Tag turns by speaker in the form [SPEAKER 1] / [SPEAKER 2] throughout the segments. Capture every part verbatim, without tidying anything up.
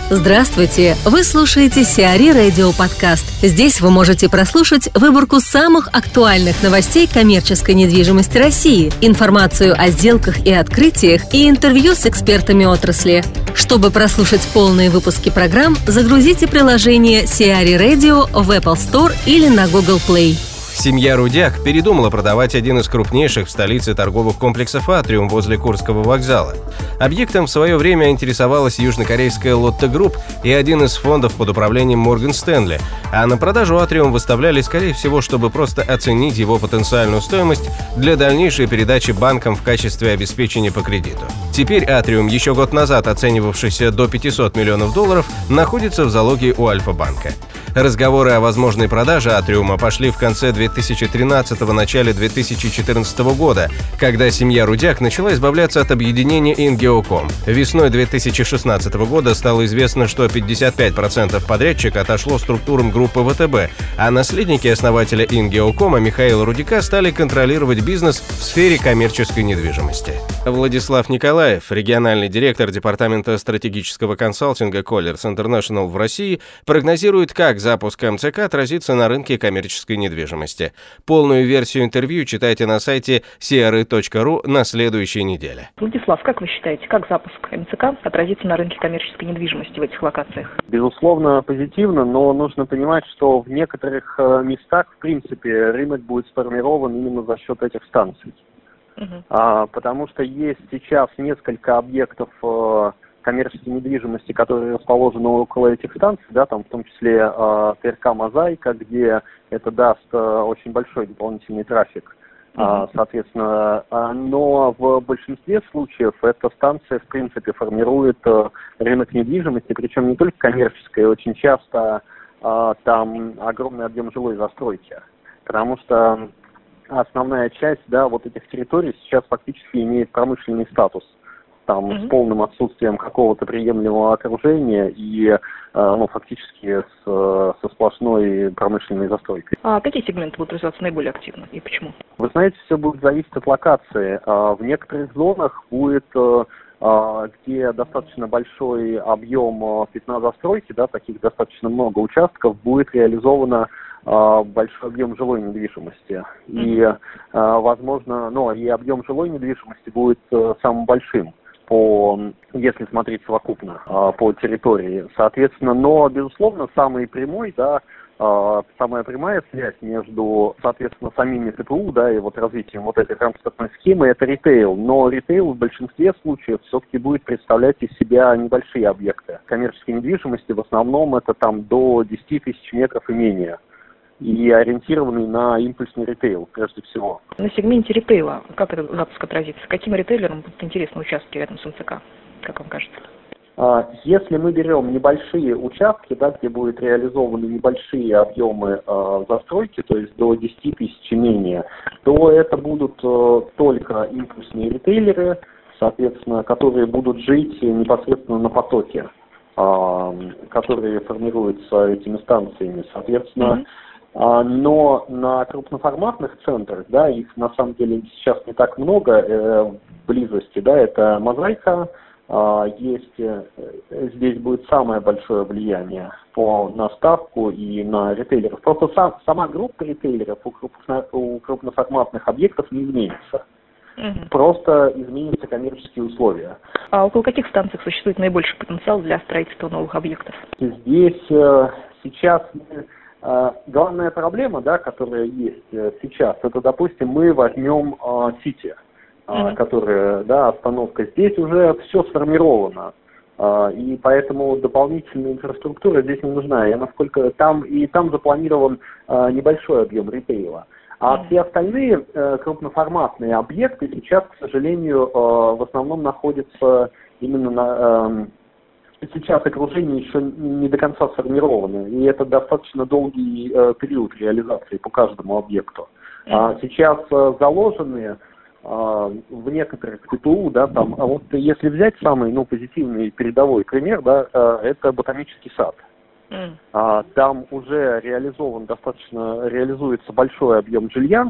[SPEAKER 1] Здравствуйте! Вы слушаете Сиари Радио Подкаст. Здесь вы можете прослушать выборку самых актуальных новостей коммерческой недвижимости России, информацию о сделках и открытиях и интервью с экспертами отрасли. Чтобы прослушать полные выпуски программ, загрузите приложение Сиари Radio в Apple Store или на Google Play.
[SPEAKER 2] Семья Рудяк передумала продавать один из крупнейших в столице торговых комплексов «Атриум» возле Курского вокзала. Объектом в свое время интересовалась южнокорейская Lotte Group и один из фондов под управлением Морган Стэнли, а на продажу «Атриум» выставляли, скорее всего, чтобы просто оценить его потенциальную стоимость для дальнейшей передачи банкам в качестве обеспечения по кредиту. Теперь «Атриум», еще год назад оценивавшийся до пятисот миллионов долларов, находится в залоге у Альфа-банка. Разговоры о возможной продаже «Атриума» пошли в конце две тысячи тринадцатого – начале две тысячи четырнадцатого года, когда семья Рудяк начала избавляться от объединения Ингеоком. Весной две тысячи шестнадцатого года стало известно, что пятьдесят пять процентов подрядчика отошло структурам группы ВТБ, а наследники основателя Ингеокома Михаила Рудяка стали контролировать бизнес в сфере коммерческой недвижимости. Владислав Николаев, региональный директор департамента стратегического консалтинга Colliers International в России, прогнозирует, как запуск эм цэ ка отразится на рынке коммерческой недвижимости. Полную версию интервью читайте на сайте сиары точка ру на следующей неделе.
[SPEAKER 3] Владислав, как вы считаете, как запуск эм цэ ка отразится на рынке коммерческой недвижимости в этих локациях?
[SPEAKER 4] Безусловно, позитивно, но нужно понимать, что в некоторых местах, в принципе, рынок будет сформирован именно за счет этих станций. Uh-huh. А, потому что есть сейчас несколько объектов э, коммерческой недвижимости, которые расположены около этих станций, да, там в том числе э, ТРК «Мозаика», где это даст э, очень большой дополнительный трафик. Uh-huh. А, соответственно, а, но в большинстве случаев эта станция, в принципе, формирует э, рынок недвижимости, причем не только коммерческой, очень часто э, там огромный объем жилой застройки, потому что основная часть, да, вот этих территорий сейчас фактически имеет промышленный статус, там, mm-hmm. с полным отсутствием какого-то приемлемого окружения и, э, ну, фактически с, со сплошной промышленной застройкой.
[SPEAKER 3] А какие сегменты будут развиваться наиболее активно и почему?
[SPEAKER 4] Вы знаете, все будет зависеть от локации. В некоторых зонах будет, где достаточно большой объем пятна застройки, да, таких достаточно много участков, будет реализовано большой объем жилой недвижимости. И, возможно, ну, и объем жилой недвижимости будет самым большим, по, если смотреть совокупно по территории. Соответственно, но, безусловно, самый прямой, да, самая прямая связь между, соответственно, самими ТПУ, да, и вот развитием вот этой транспортной схемы — это ритейл. Но ритейл в большинстве случаев все-таки будет представлять из себя небольшие объекты коммерческой недвижимости. В основном это там до десяти тысяч метров и менее. И ориентированный на импульсный ритейл, прежде всего.
[SPEAKER 3] На сегменте ритейла как этот запуск отразится? Каким ритейлерам будут интересны участки рядом с эм цэ ка, как вам кажется?
[SPEAKER 4] Если мы берем небольшие участки, да, где будут реализованы небольшие объемы э, застройки, то есть до десяти тысяч и менее, то это будут э, только импульсные ритейлеры, соответственно, которые будут жить непосредственно на потоке, э, которые формируются этими станциями. Соответственно, mm-hmm. Но на крупноформатных центрах, да, их на самом деле сейчас не так много э, в близости, да, это «Мозаика», э, есть, э, здесь будет самое большое влияние по на ставку и на ритейлеров. Просто сам, сама группа ритейлеров у, крупно, у крупноформатных объектов не изменится. Угу. Просто изменятся коммерческие условия.
[SPEAKER 3] А около каких станций существует наибольший потенциал для строительства новых объектов?
[SPEAKER 4] Здесь э, сейчас... Главная проблема, да, которая есть сейчас, это, допустим, мы возьмем э, Сити, э, mm-hmm. которая, да, остановка. Здесь уже все сформировано, э, и поэтому дополнительная инфраструктура здесь не нужна. И насколько там и там запланирован э, небольшой объем ритейла. А mm-hmm. все остальные э, крупноформатные объекты сейчас, к сожалению, э, в основном находятся именно на... Э, Сейчас окружение еще не до конца сформировано, и это достаточно долгий э, период реализации по каждому объекту. А сейчас э, заложенные э, в некоторых ТПУ, да, там, а вот если взять самый, ну, позитивный передовой пример, да, э, это ботанический сад. Mm. А, там уже реализован достаточно, реализуется большой объем жилья,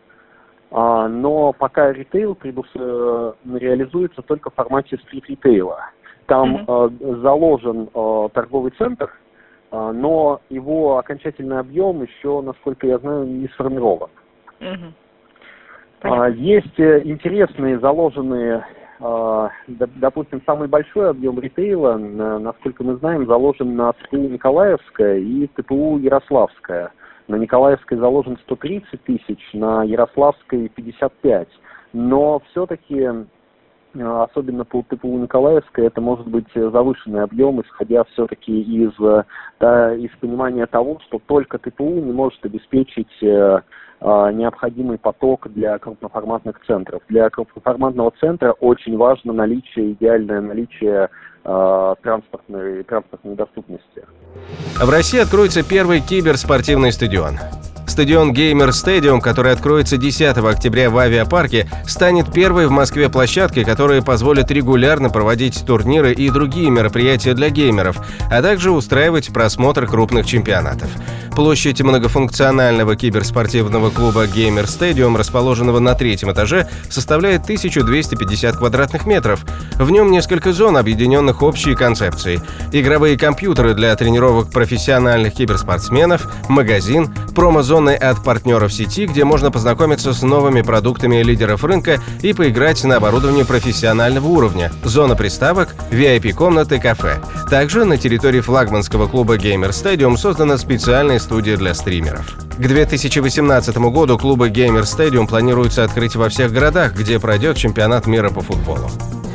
[SPEAKER 4] а, но пока ритейл предус, э, реализуется только в формате стрит-ритейла. Там
[SPEAKER 3] Mm-hmm.
[SPEAKER 4] э, заложен э, торговый центр, э, но его окончательный объем еще, насколько я знаю, не сформирован.
[SPEAKER 3] Mm-hmm.
[SPEAKER 4] Э, есть э, интересные заложенные, э, допустим, самый большой объем ритейла, на, насколько мы знаем, заложен на ТПУ Николаевская и ТПУ Ярославская. На Николаевской заложен сто тридцать тысяч, на Ярославской пятьдесят пять. Но все-таки, особенно по ТПУ Николаевской, это может быть завышенный объем, исходя все-таки из, да, из понимания того, что только ТПУ не может обеспечить э, необходимый поток для крупноформатных центров. Для крупноформатного центра очень важно наличие, идеальное наличие э, транспортной, транспортной доступности.
[SPEAKER 2] В России откроется первый киберспортивный стадион. Стадион Gamer Stadium, который откроется десятого октября в авиапарке, станет первой в Москве площадкой, которая позволит регулярно проводить турниры и другие мероприятия для геймеров, а также устраивать просмотр крупных чемпионатов. Площадь многофункционального киберспортивного клуба Gamer Stadium, расположенного на третьем этаже, составляет тысячу двести пятьдесят квадратных метров. В нем несколько зон, объединенных общей концепцией. Игровые компьютеры для тренировок профессиональных киберспортсменов, магазин, промо-зоны от партнеров сети, где можно познакомиться с новыми продуктами лидеров рынка и поиграть на оборудовании профессионального уровня, зона приставок, ви ай пи-комнаты, кафе. Также на территории флагманского клуба Gamer Stadium создана специальная студия для стримеров. К две тысячи восемнадцатому году клубы Gamer Stadium планируется открыть во всех городах, где пройдет чемпионат мира по футболу.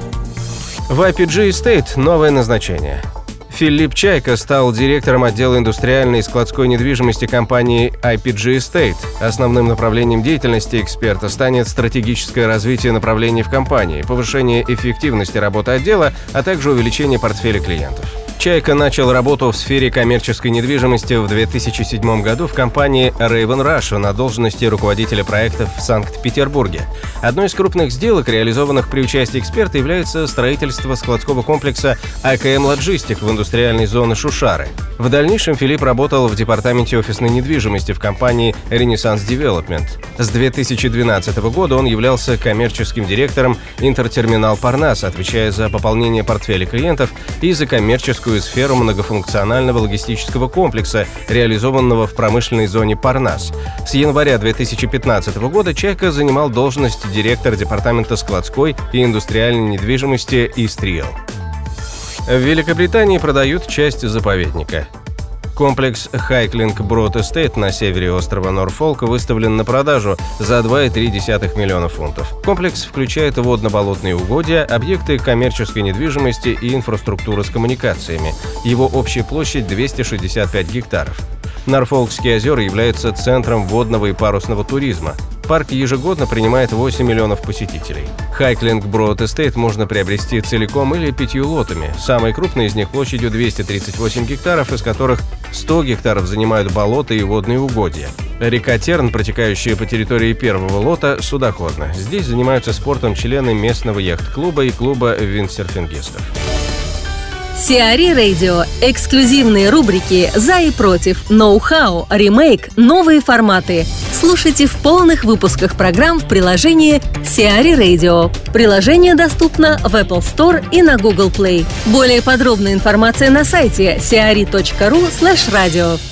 [SPEAKER 2] В ай пи джи Estate новое назначение. Филипп Чайка стал директором отдела индустриальной и складской недвижимости компании ай пи джи Estate. Основным направлением деятельности эксперта станет стратегическое развитие направлений в компании, повышение эффективности работы отдела, а также увеличение портфеля клиентов. Чайка начал работу в сфере коммерческой недвижимости в две тысячи седьмом году в компании Raven Russia на должности руководителя проектов в Санкт-Петербурге. Одной из крупных сделок, реализованных при участии эксперта, является строительство складского комплекса эй кей эм Logistic в индустриальной зоне Шушары. В дальнейшем Филипп работал в департаменте офисной недвижимости в компании Renaissance Development. С две тысячи двенадцатого года он являлся коммерческим директором Интертерминал Парнас, отвечая за пополнение портфеля клиентов и за коммерческую сферу многофункционального логистического комплекса, реализованного в промышленной зоне Парнас. С января две тысячи пятнадцатого года Чайка занимал должность директора департамента складской и индустриальной недвижимости Истриэл. В Великобритании продают часть заповедника. Комплекс Хайклинг Брод Эстейт на севере острова Норфолк выставлен на продажу за два целых три десятых миллиона фунтов. Комплекс включает водно-болотные угодья, объекты коммерческой недвижимости и инфраструктуру с коммуникациями. Его общая площадь двести шестьдесят пять гектаров. Норфолкские озера являются центром водного и парусного туризма. Парк ежегодно принимает восемь миллионов посетителей. Хайклинг Брод Эстейт можно приобрести целиком или пятью лотами. Самый крупный из них площадью двести тридцать восемь гектаров, из которых сто гектаров занимают болота и водные угодья. Река Терн, протекающая по территории первого лота, судоходна. Здесь занимаются спортом члены местного яхт-клуба и клуба виндсерфингистов.
[SPEAKER 1] Сиари Radio. Эксклюзивные рубрики «За и против», «Ноу-хау», «Ремейк», «Новые форматы». Слушайте в полных выпусках программ в приложении Сиари Radio. Приложение доступно в Apple Store и на Google Play. Более подробная информация на сайте сиари точка ру слэш радио.